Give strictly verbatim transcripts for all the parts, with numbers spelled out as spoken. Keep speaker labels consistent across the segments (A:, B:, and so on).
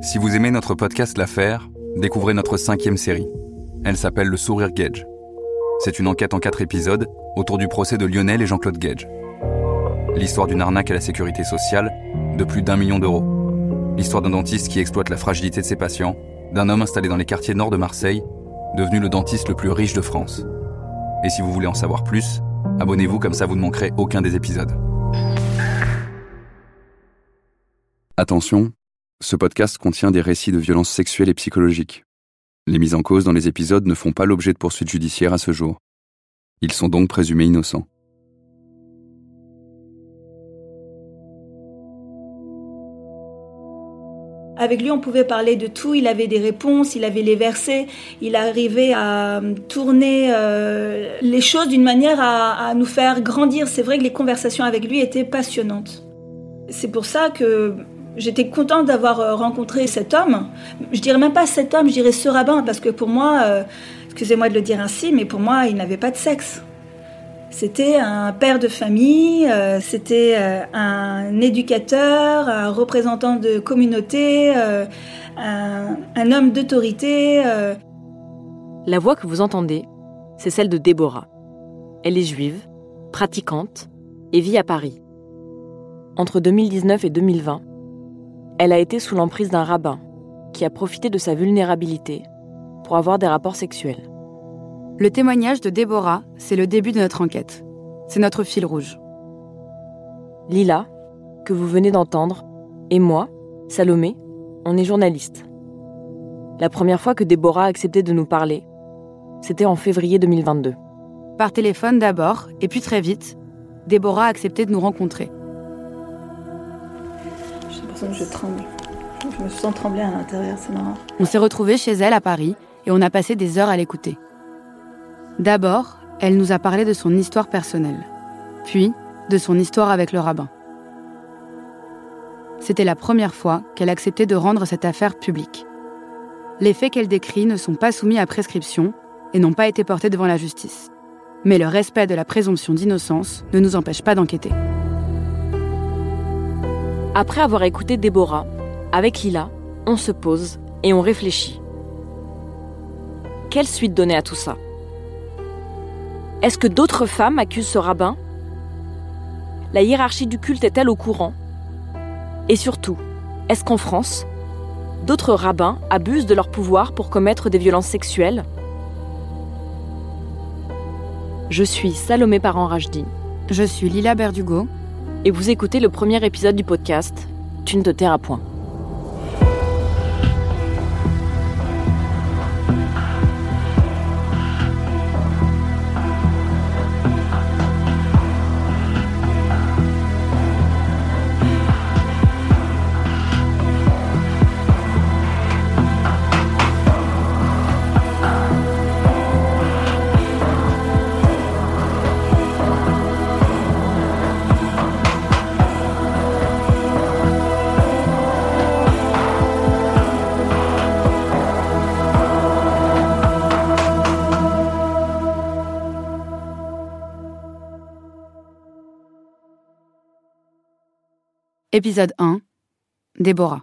A: Si vous aimez notre podcast L'Affaire, découvrez notre cinquième série. Elle s'appelle Le Sourire Gage. C'est une enquête en quatre épisodes autour du procès de Lionel et Jean-Claude Gage. L'histoire d'une arnaque à la sécurité sociale de plus d'un million d'euros. L'histoire d'un dentiste qui exploite la fragilité de ses patients, d'un homme installé dans les quartiers nord de Marseille, devenu le dentiste le plus riche de France. Et si vous voulez en savoir plus, abonnez-vous, comme ça vous ne manquerez aucun des épisodes. Attention, ce podcast contient des récits de violences sexuelles et psychologiques. Les mises en cause dans les épisodes ne font pas l'objet de poursuites judiciaires à ce jour. Ils sont donc présumés innocents.
B: Avec lui, on pouvait parler de tout, il avait des réponses, il avait les versets, il arrivait à tourner euh, les choses d'une manière à, à nous faire grandir. C'est vrai que les conversations avec lui étaient passionnantes. C'est pour ça que j'étais contente d'avoir rencontré cet homme. Je dirais même pas cet homme, je dirais ce rabbin, parce que pour moi, euh, excusez-moi de le dire ainsi, mais pour moi, il n'avait pas de sexe. C'était un père de famille, euh, c'était euh, un éducateur, un représentant de communauté, euh, un, un homme d'autorité. Euh.
C: La voix que vous entendez, c'est celle de Déborah. Elle est juive, pratiquante et vit à Paris. Entre deux mille dix-neuf et deux mille vingt, elle a été sous l'emprise d'un rabbin qui a profité de sa vulnérabilité pour avoir des rapports sexuels.
D: Le témoignage de Déborah, c'est le début de notre enquête. C'est notre fil rouge.
C: Lila, que vous venez d'entendre, et moi, Salomé, on est journalistes. La première fois que Déborah a accepté de nous parler, c'était en février deux mille vingt-deux.
D: Par téléphone d'abord, et puis très vite, Déborah a accepté de nous rencontrer.
B: J'ai l'impression que je tremble. Je me sens trembler à l'intérieur, c'est marrant.
D: On s'est retrouvés chez elle à Paris, et on a passé des heures à l'écouter. D'abord, elle nous a parlé de son histoire personnelle, puis de son histoire avec le rabbin. C'était la première fois qu'elle acceptait de rendre cette affaire publique. Les faits qu'elle décrit ne sont pas soumis à prescription et n'ont pas été portés devant la justice. Mais le respect de la présomption d'innocence ne nous empêche pas d'enquêter.
C: Après avoir écouté Déborah, avec Lila, on se pose et on réfléchit. Quelle suite donner à tout ça ? Est-ce que d'autres femmes accusent ce rabbin ? La hiérarchie du culte est-elle au courant ? Et surtout, est-ce qu'en France, d'autres rabbins abusent de leur pouvoir pour commettre des violences sexuelles ? Je suis Salomé Parent-Rachdi.
D: Je suis Lila Berdugo.
C: Et vous écoutez le premier épisode du podcast « Tu ne te tairas point ».
D: Épisode un. Déborah.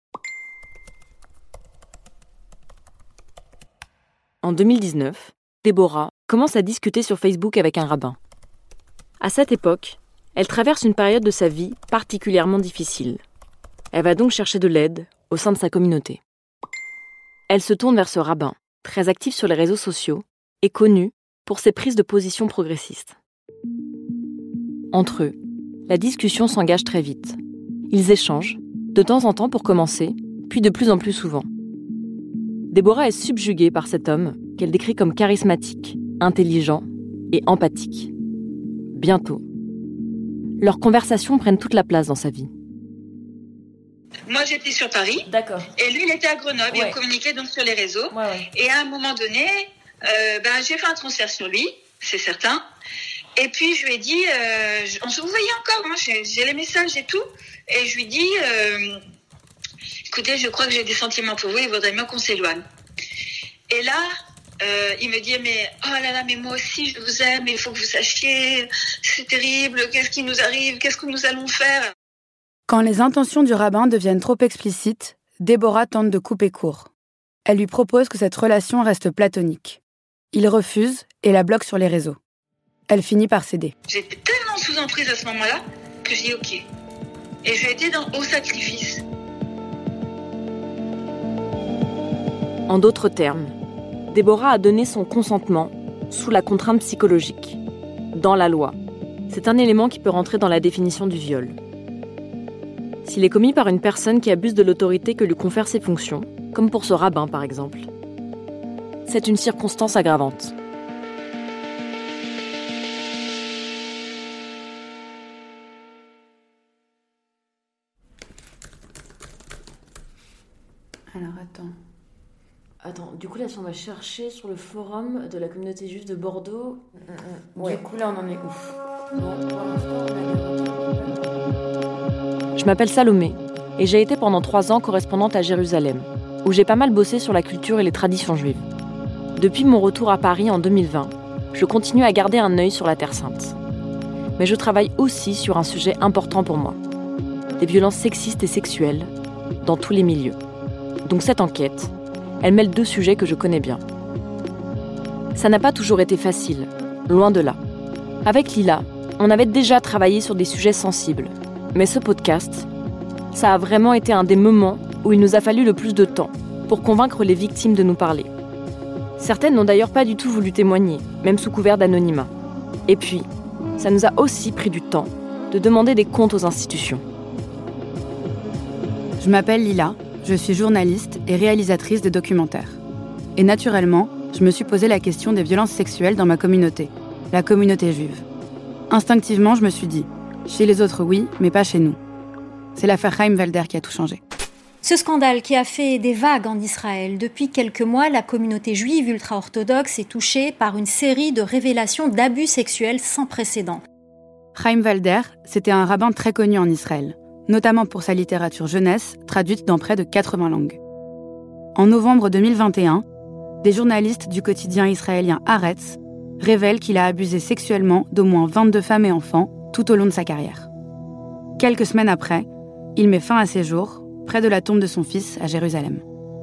C: En deux mille dix-neuf, Déborah commence à discuter sur Facebook avec un rabbin. À cette époque, elle traverse une période de sa vie particulièrement difficile. Elle va donc chercher de l'aide au sein de sa communauté. Elle se tourne vers ce rabbin, très actif sur les réseaux sociaux et connu pour ses prises de position progressistes. Entre eux, la discussion s'engage très vite. Ils échangent, de temps en temps pour commencer, puis de plus en plus souvent. Déborah est subjuguée par cet homme qu'elle décrit comme charismatique, intelligent et empathique. Bientôt, leurs conversations prennent toute la place dans sa vie.
E: Moi, j'étais sur Paris.
C: D'accord.
E: Et lui, il était à Grenoble.
C: Ouais.
E: Et on communiquait donc sur les réseaux.
C: Ouais, ouais.
E: Et à un moment donné, euh, ben, j'ai fait un transfert sur lui, c'est certain. Et puis, je lui ai dit, euh, on se voyait encore, hein, j'ai, j'ai les messages et tout. Et je lui dis, euh, écoutez, je crois que j'ai des sentiments pour vous, il vaudrait mieux qu'on s'éloigne. Et là, euh, il me dit, mais oh là là, mais moi aussi, je vous aime, il faut que vous sachiez, c'est terrible, qu'est-ce qui nous arrive, qu'est-ce que nous allons faire ?
D: Quand les intentions du rabbin deviennent trop explicites, Déborah tente de couper court. Elle lui propose que cette relation reste platonique. Il refuse et la bloque sur les réseaux. Elle finit par céder.
E: J'étais tellement sous emprise à ce moment-là que je dis ok. Et j'ai été dans au sacrifice.
C: En d'autres termes, Déborah a donné son consentement sous la contrainte psychologique, dans la loi. C'est un élément qui peut rentrer dans la définition du viol. S'il est commis par une personne qui abuse de l'autorité que lui confèrent ses fonctions, comme pour ce rabbin par exemple, c'est une circonstance aggravante.
D: Alors attends.
C: Attends, du coup là si on va chercher sur le forum de la communauté juive de Bordeaux...
D: Mmh, mmh. Ouais. Du coup là on en est où? Bon, pour l'instant, on a...
C: Je m'appelle Salomé et j'ai été pendant trois ans correspondante à Jérusalem, où j'ai pas mal bossé sur la culture et les traditions juives. Depuis mon retour à Paris en deux mille vingt, je continue à garder un œil sur la Terre Sainte. Mais je travaille aussi sur un sujet important pour moi, les violences sexistes et sexuelles dans tous les milieux. Donc cette enquête, elle mêle deux sujets que je connais bien. Ça n'a pas toujours été facile, loin de là. Avec Lila, on avait déjà travaillé sur des sujets sensibles. Mais ce podcast, ça a vraiment été un des moments où il nous a fallu le plus de temps pour convaincre les victimes de nous parler. Certaines n'ont d'ailleurs pas du tout voulu témoigner, même sous couvert d'anonymat. Et puis, ça nous a aussi pris du temps de demander des comptes aux institutions.
D: Je m'appelle Lila. Je suis journaliste et réalisatrice de documentaires. Et naturellement, je me suis posé la question des violences sexuelles dans ma communauté, la communauté juive. Instinctivement, je me suis dit, chez les autres oui, mais pas chez nous. C'est l'affaire Chaim Valder qui a tout changé.
F: Ce scandale qui a fait des vagues en Israël. Depuis quelques mois, la communauté juive ultra-orthodoxe est touchée par une série de révélations d'abus sexuels sans précédent.
D: Chaim Valder, c'était un rabbin très connu en Israël, notamment pour sa littérature jeunesse, traduite dans près de quatre-vingts langues. En novembre deux mille vingt et un, des journalistes du quotidien israélien Haaretz révèlent qu'il a abusé sexuellement d'au moins vingt-deux femmes et enfants tout au long de sa carrière. Quelques semaines après, il met fin à ses jours, près de la tombe de son fils à Jérusalem.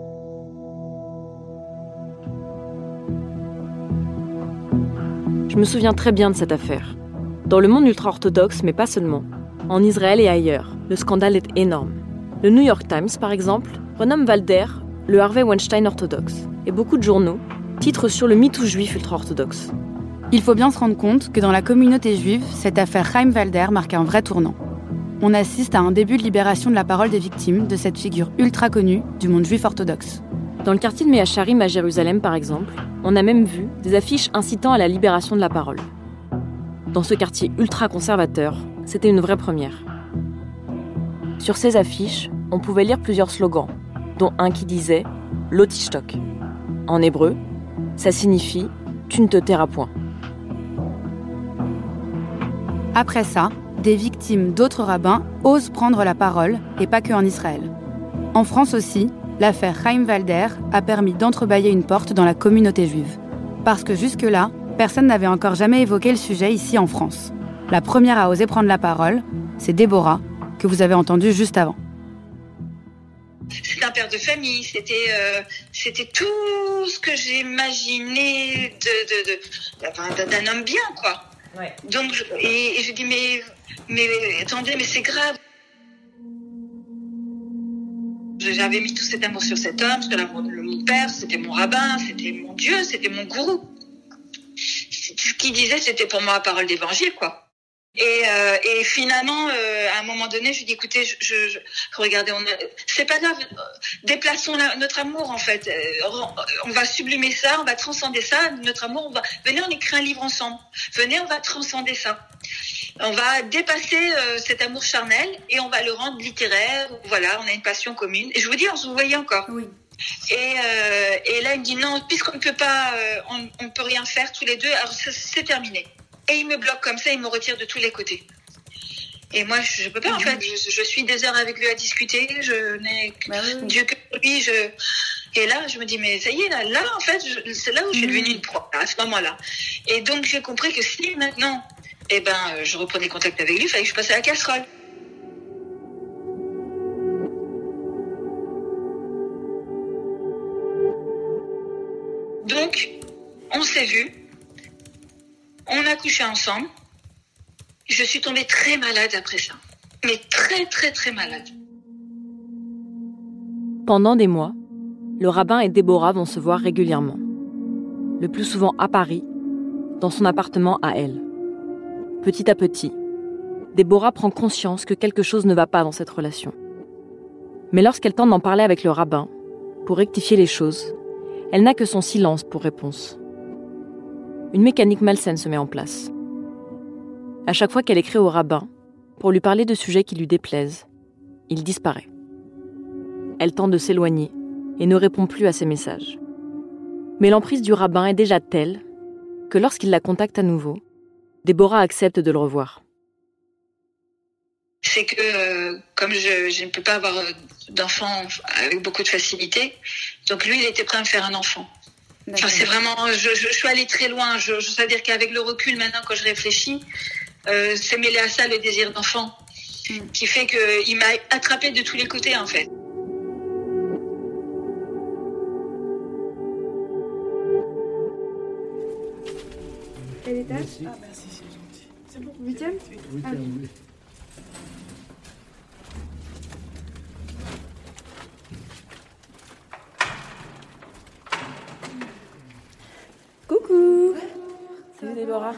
C: Je me souviens très bien de cette affaire. Dans le monde ultra-orthodoxe, mais pas seulement, en Israël et ailleurs, le scandale est énorme. Le New York Times, par exemple, renomme Valder le Harvey Weinstein orthodoxe. Et beaucoup de journaux titrent sur le MeToo juif ultra-orthodoxe.
D: Il faut bien se rendre compte que dans la communauté juive, cette affaire Chaim Valder marque un vrai tournant. On assiste à un début de libération de la parole des victimes de cette figure ultra connue du monde juif orthodoxe.
C: Dans le quartier de Mea Shearim à Jérusalem, par exemple, on a même vu des affiches incitant à la libération de la parole. Dans ce quartier ultra-conservateur, c'était une vraie première. Sur ces affiches, on pouvait lire plusieurs slogans, dont un qui disait « Lo tishtok ». En hébreu, ça signifie « tu ne te tairas point ».
D: Après ça, des victimes d'autres rabbins osent prendre la parole, et pas que en Israël. En France aussi, l'affaire Chaim Valder a permis d'entrebâiller une porte dans la communauté juive. Parce que jusque-là, personne n'avait encore jamais évoqué le sujet ici en France. La première à oser prendre la parole, c'est Déborah, que vous avez entendue juste avant.
E: C'était un père de famille, c'était, euh, c'était tout ce que j'imaginais de, de, de, d'un homme bien, quoi. Ouais. Donc, je, et, et je dis, mais, mais attendez, mais c'est grave. J'avais mis tout cet amour sur cet homme, sur l'amour de mon père, c'était mon rabbin, c'était mon Dieu, c'était mon gourou. Ce qu'il disait, c'était pour moi la parole d'évangile, quoi. Et, euh, et finalement, euh, à un moment donné, je lui dis, écoutez, je, je, je regardez, on a, c'est pas grave, déplaçons la, notre amour, en fait. On va sublimer ça, on va transcender ça, notre amour, on va, venez, on écrit un livre ensemble. Venez, on va transcender ça. On va dépasser euh, cet amour charnel et on va le rendre littéraire. Voilà, on a une passion commune. Et je vous dis, on se voyait encore. Oui. Et, euh, et là, il me dit, non, puisqu'on ne peut pas, euh, on ne peut rien faire tous les deux, alors c'est, c'est terminé. Et il me bloque comme ça, il me retire de tous les côtés. Et moi, je ne peux pas, en fait. Je, je suis des heures avec lui à discuter. Je n'ai bah oui. Dieu que lui. Je... Et là, je me dis, mais ça y est, là, là en fait, je, c'est là où je suis devenue une proie, à ce moment-là. Et donc, j'ai compris que si maintenant, eh ben, je reprenais contact avec lui, il fallait que je passe à la casserole. Donc, on s'est vus, on a couché ensemble. Je suis tombée très malade après ça, mais très très très malade.
C: Pendant des mois, le rabbin et Déborah vont se voir régulièrement. Le plus souvent à Paris, dans son appartement à elle. Petit à petit, Déborah prend conscience que quelque chose ne va pas dans cette relation. Mais lorsqu'elle tente d'en parler avec le rabbin, pour rectifier les choses, elle n'a que son silence pour réponse. Une mécanique malsaine se met en place. À chaque fois qu'elle écrit au rabbin, pour lui parler de sujets qui lui déplaisent, il disparaît. Elle tente de s'éloigner et ne répond plus à ses messages. Mais l'emprise du rabbin est déjà telle que lorsqu'il la contacte à nouveau, Déborah accepte de le revoir.
E: C'est que euh, comme je, je ne peux pas avoir d'enfant avec beaucoup de facilité, donc lui, il était prêt à me faire un enfant. Enfin, c'est vraiment, je, je, je suis allée très loin. Je, je veux dire qu'avec le recul, maintenant, quand je réfléchis, euh, c'est mêlé à ça le désir d'enfant, mm. qui fait qu'il m'a attrapée de tous les côtés, en fait.
D: Quel étage ? Ah, merci, c'est gentil. C'est bon, huitième ? Huitième, ah. oui.
C: Coucou. Salut Déborah.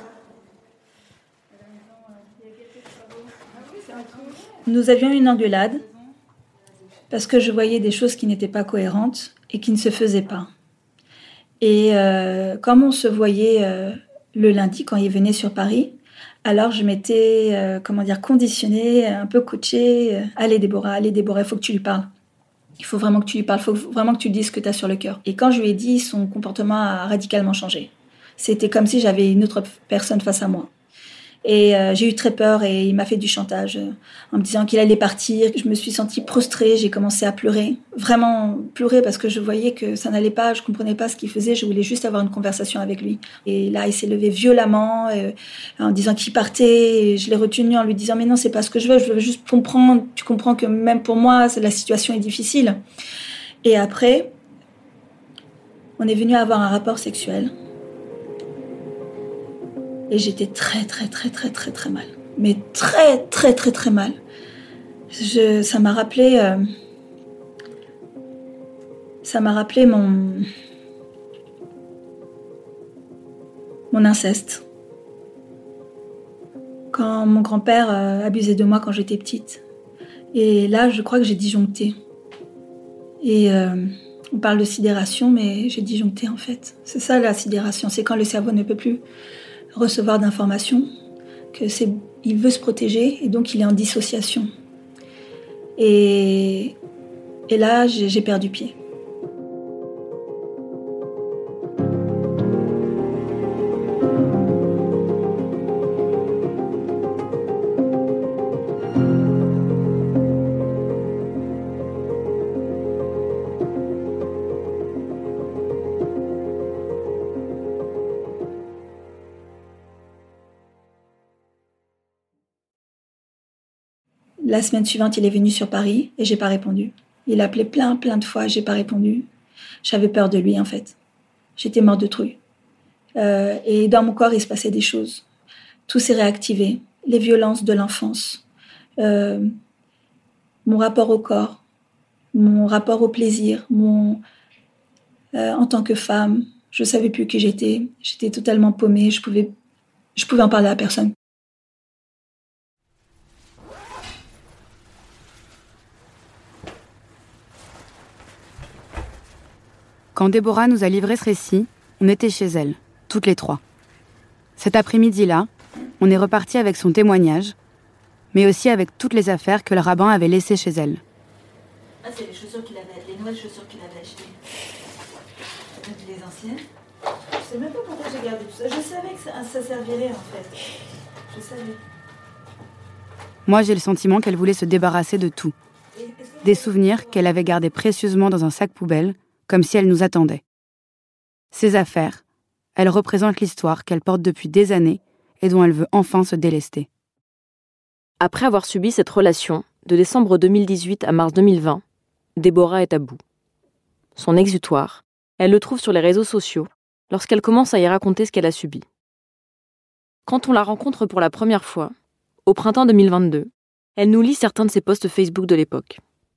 B: Nous avions une engueulade parce que je voyais des choses qui n'étaient pas cohérentes et qui ne se faisaient pas. Et euh, comme on se voyait euh, le lundi quand il venait sur Paris, alors je m'étais euh, comment dire conditionnée, un peu coachée. Euh, allez Déborah, allez Déborah, il faut que tu lui parles. Il faut vraiment que tu lui parles, il faut vraiment que tu lui dises ce que tu as sur le cœur. Et quand je lui ai dit, son comportement a radicalement changé. C'était comme si j'avais une autre personne face à moi. Et euh, j'ai eu très peur et il m'a fait du chantage euh, en me disant qu'il allait partir. Je me suis sentie prostrée, j'ai commencé à pleurer. Vraiment pleurer parce que je voyais que ça n'allait pas, je ne comprenais pas ce qu'il faisait. Je voulais juste avoir une conversation avec lui. Et là, il s'est levé violemment euh, en disant qu'il partait. Et je l'ai retenu en lui disant « Mais non, c'est pas ce que je veux, je veux juste comprendre. Tu comprends que même pour moi, la situation est difficile. » Et après, on est venu avoir un rapport sexuel. Et j'étais très, très, très, très, très, très mal. Mais très, très, très, très mal. Je, ça m'a rappelé... Euh, ça m'a rappelé mon... Mon inceste. Quand mon grand-père euh, abusait de moi quand j'étais petite. Et là, je crois que j'ai disjoncté. Et euh, on parle de sidération, mais j'ai disjoncté en fait. C'est ça la sidération, c'est quand le cerveau ne peut plus recevoir d'informations, que c'est, il veut se protéger et donc il est en dissociation. Et, et là, j'ai, j'ai perdu pied. La semaine suivante, il est venu sur Paris et j'ai pas répondu. Il a appelé plein, plein de fois, j'ai pas répondu. J'avais peur de lui, en fait. J'étais morte de trouille. Euh, et dans mon corps, il se passait des choses. Tout s'est réactivé. Les violences de l'enfance. Euh, mon rapport au corps. Mon rapport au plaisir. Mon, euh, en tant que femme, je savais plus qui j'étais. J'étais totalement paumée. Je pouvais, je pouvais en parler à personne.
D: Quand Déborah nous a livré ce récit, on était chez elle, toutes les trois. Cet après-midi-là, on est reparti avec son témoignage, mais aussi avec toutes les affaires que le rabbin avait laissées chez elle.
B: Ah, c'est les chaussures qu'il avait, les nouvelles chaussures qu'il avait achetées. Les anciennes. Je sais même pas pourquoi j'ai gardé tout ça. Je savais que ça, ça servirait en fait. Je savais.
D: Moi, j'ai le sentiment qu'elle voulait se débarrasser de tout. Des souvenirs qu'elle avait gardés précieusement dans un sac poubelle, comme si elle nous attendait. Ces affaires, elles représentent l'histoire qu'elle porte depuis des années et dont elle veut enfin se délester.
C: Après avoir subi cette relation, de décembre deux mille dix-huit à mars deux mille vingt, Déborah est à bout. Son exutoire, elle le trouve sur les réseaux sociaux lorsqu'elle commence à y raconter ce qu'elle a subi. Quand on la rencontre pour la première fois, au printemps deux mille vingt-deux, elle nous lit certains de ses posts Facebook de l'époque.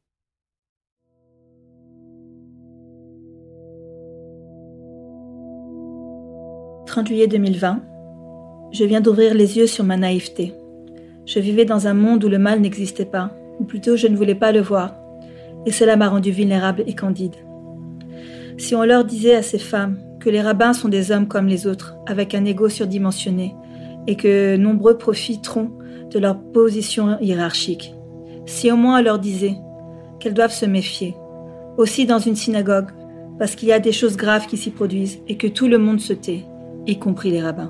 B: trente juillet deux mille vingt, je viens d'ouvrir les yeux sur ma naïveté. Je vivais dans un monde où le mal n'existait pas, ou plutôt je ne voulais pas le voir, et cela m'a rendue vulnérable et candide. Si on leur disait à ces femmes que les rabbins sont des hommes comme les autres, avec un ego surdimensionné, et que nombreux profiteront de leur position hiérarchique, si au moins on leur disait qu'elles doivent se méfier, aussi dans une synagogue, parce qu'il y a des choses graves qui s'y produisent et que tout le monde se tait, y compris les rabbins.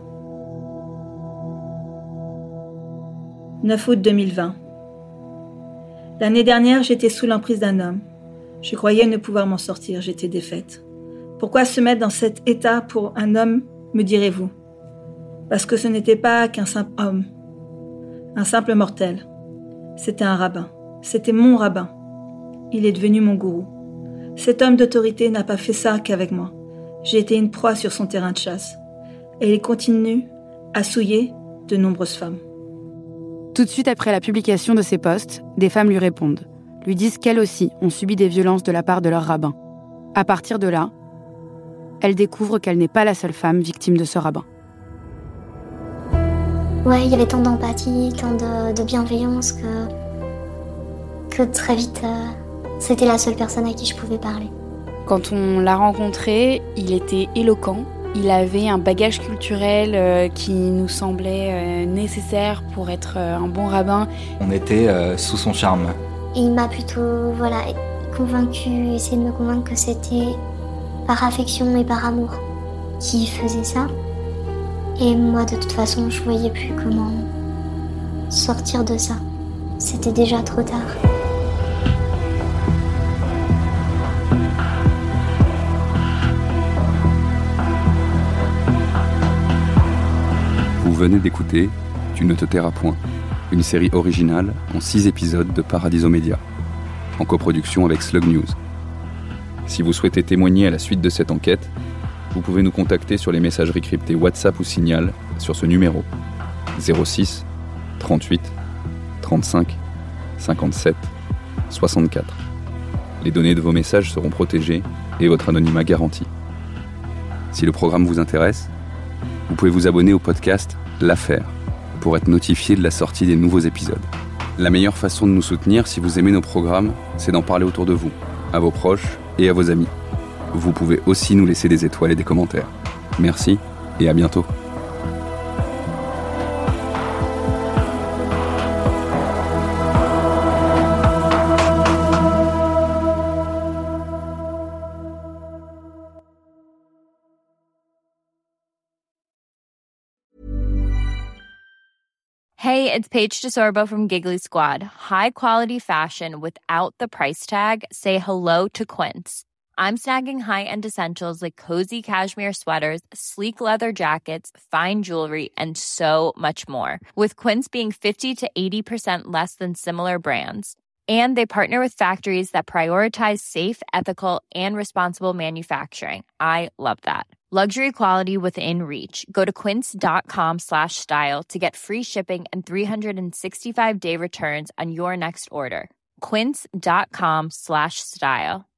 B: neuf août deux mille vingt. L'année dernière, j'étais sous l'emprise d'un homme. Je croyais ne pouvoir m'en sortir, j'étais défaite. Pourquoi se mettre dans cet état pour un homme, me direz-vous ? Parce que ce n'était pas qu'un simple homme, un simple mortel. C'était un rabbin. C'était mon rabbin. Il est devenu mon gourou. Cet homme d'autorité n'a pas fait ça qu'avec moi. J'ai été une proie sur son terrain de chasse. Et il continue à souiller de nombreuses femmes.
D: Tout de suite après la publication de ces posts, des femmes lui répondent, lui disent qu'elles aussi ont subi des violences de la part de leur rabbin. À partir de là, elle découvre qu'elle n'est pas la seule femme victime de ce rabbin.
G: Ouais, il y avait tant d'empathie, tant de, de bienveillance que, que très vite, euh, c'était la seule personne à qui je pouvais parler.
H: Quand on l'a rencontré, il était éloquent. Il avait un bagage culturel euh, qui nous semblait euh, nécessaire pour être euh, un bon rabbin.
I: On était euh, sous son charme.
G: Et il m'a plutôt voilà, convaincu, essayé de me convaincre que c'était par affection et par amour qu'il faisait ça. Et moi, de toute façon, je voyais plus comment sortir de ça. C'était déjà trop tard.
A: Vous venez d'écouter Tu ne te tairas point, une série originale en six épisodes de Paradiso Media, en coproduction avec Slug News. Si vous souhaitez témoigner à la suite de cette enquête, vous pouvez nous contacter sur les messageries cryptées WhatsApp ou Signal sur ce numéro zéro six trente-huit trente-cinq cinquante-sept soixante-quatre. Les données de vos messages seront protégées et votre anonymat garanti. Si le programme vous intéresse, vous pouvez vous abonner au podcast L'Affaire pour être notifié de la sortie des nouveaux épisodes. La meilleure façon de nous soutenir si vous aimez nos programmes, c'est d'en parler autour de vous, à vos proches et à vos amis. Vous pouvez aussi nous laisser des étoiles et des commentaires. Merci et à bientôt.
J: Hey, it's Paige DeSorbo from Giggly Squad. High quality fashion without the price tag. Say hello to Quince. I'm snagging high-end essentials like cozy cashmere sweaters, sleek leather jackets, fine jewelry, and so much more. With Quince being fifty to eighty percent less than similar brands. And they partner with factories that prioritize safe, ethical, and responsible manufacturing. I love that. Luxury quality within reach. Go to quince.com slash style to get free shipping and three sixty-five day returns on your next order. Quince.com slash style.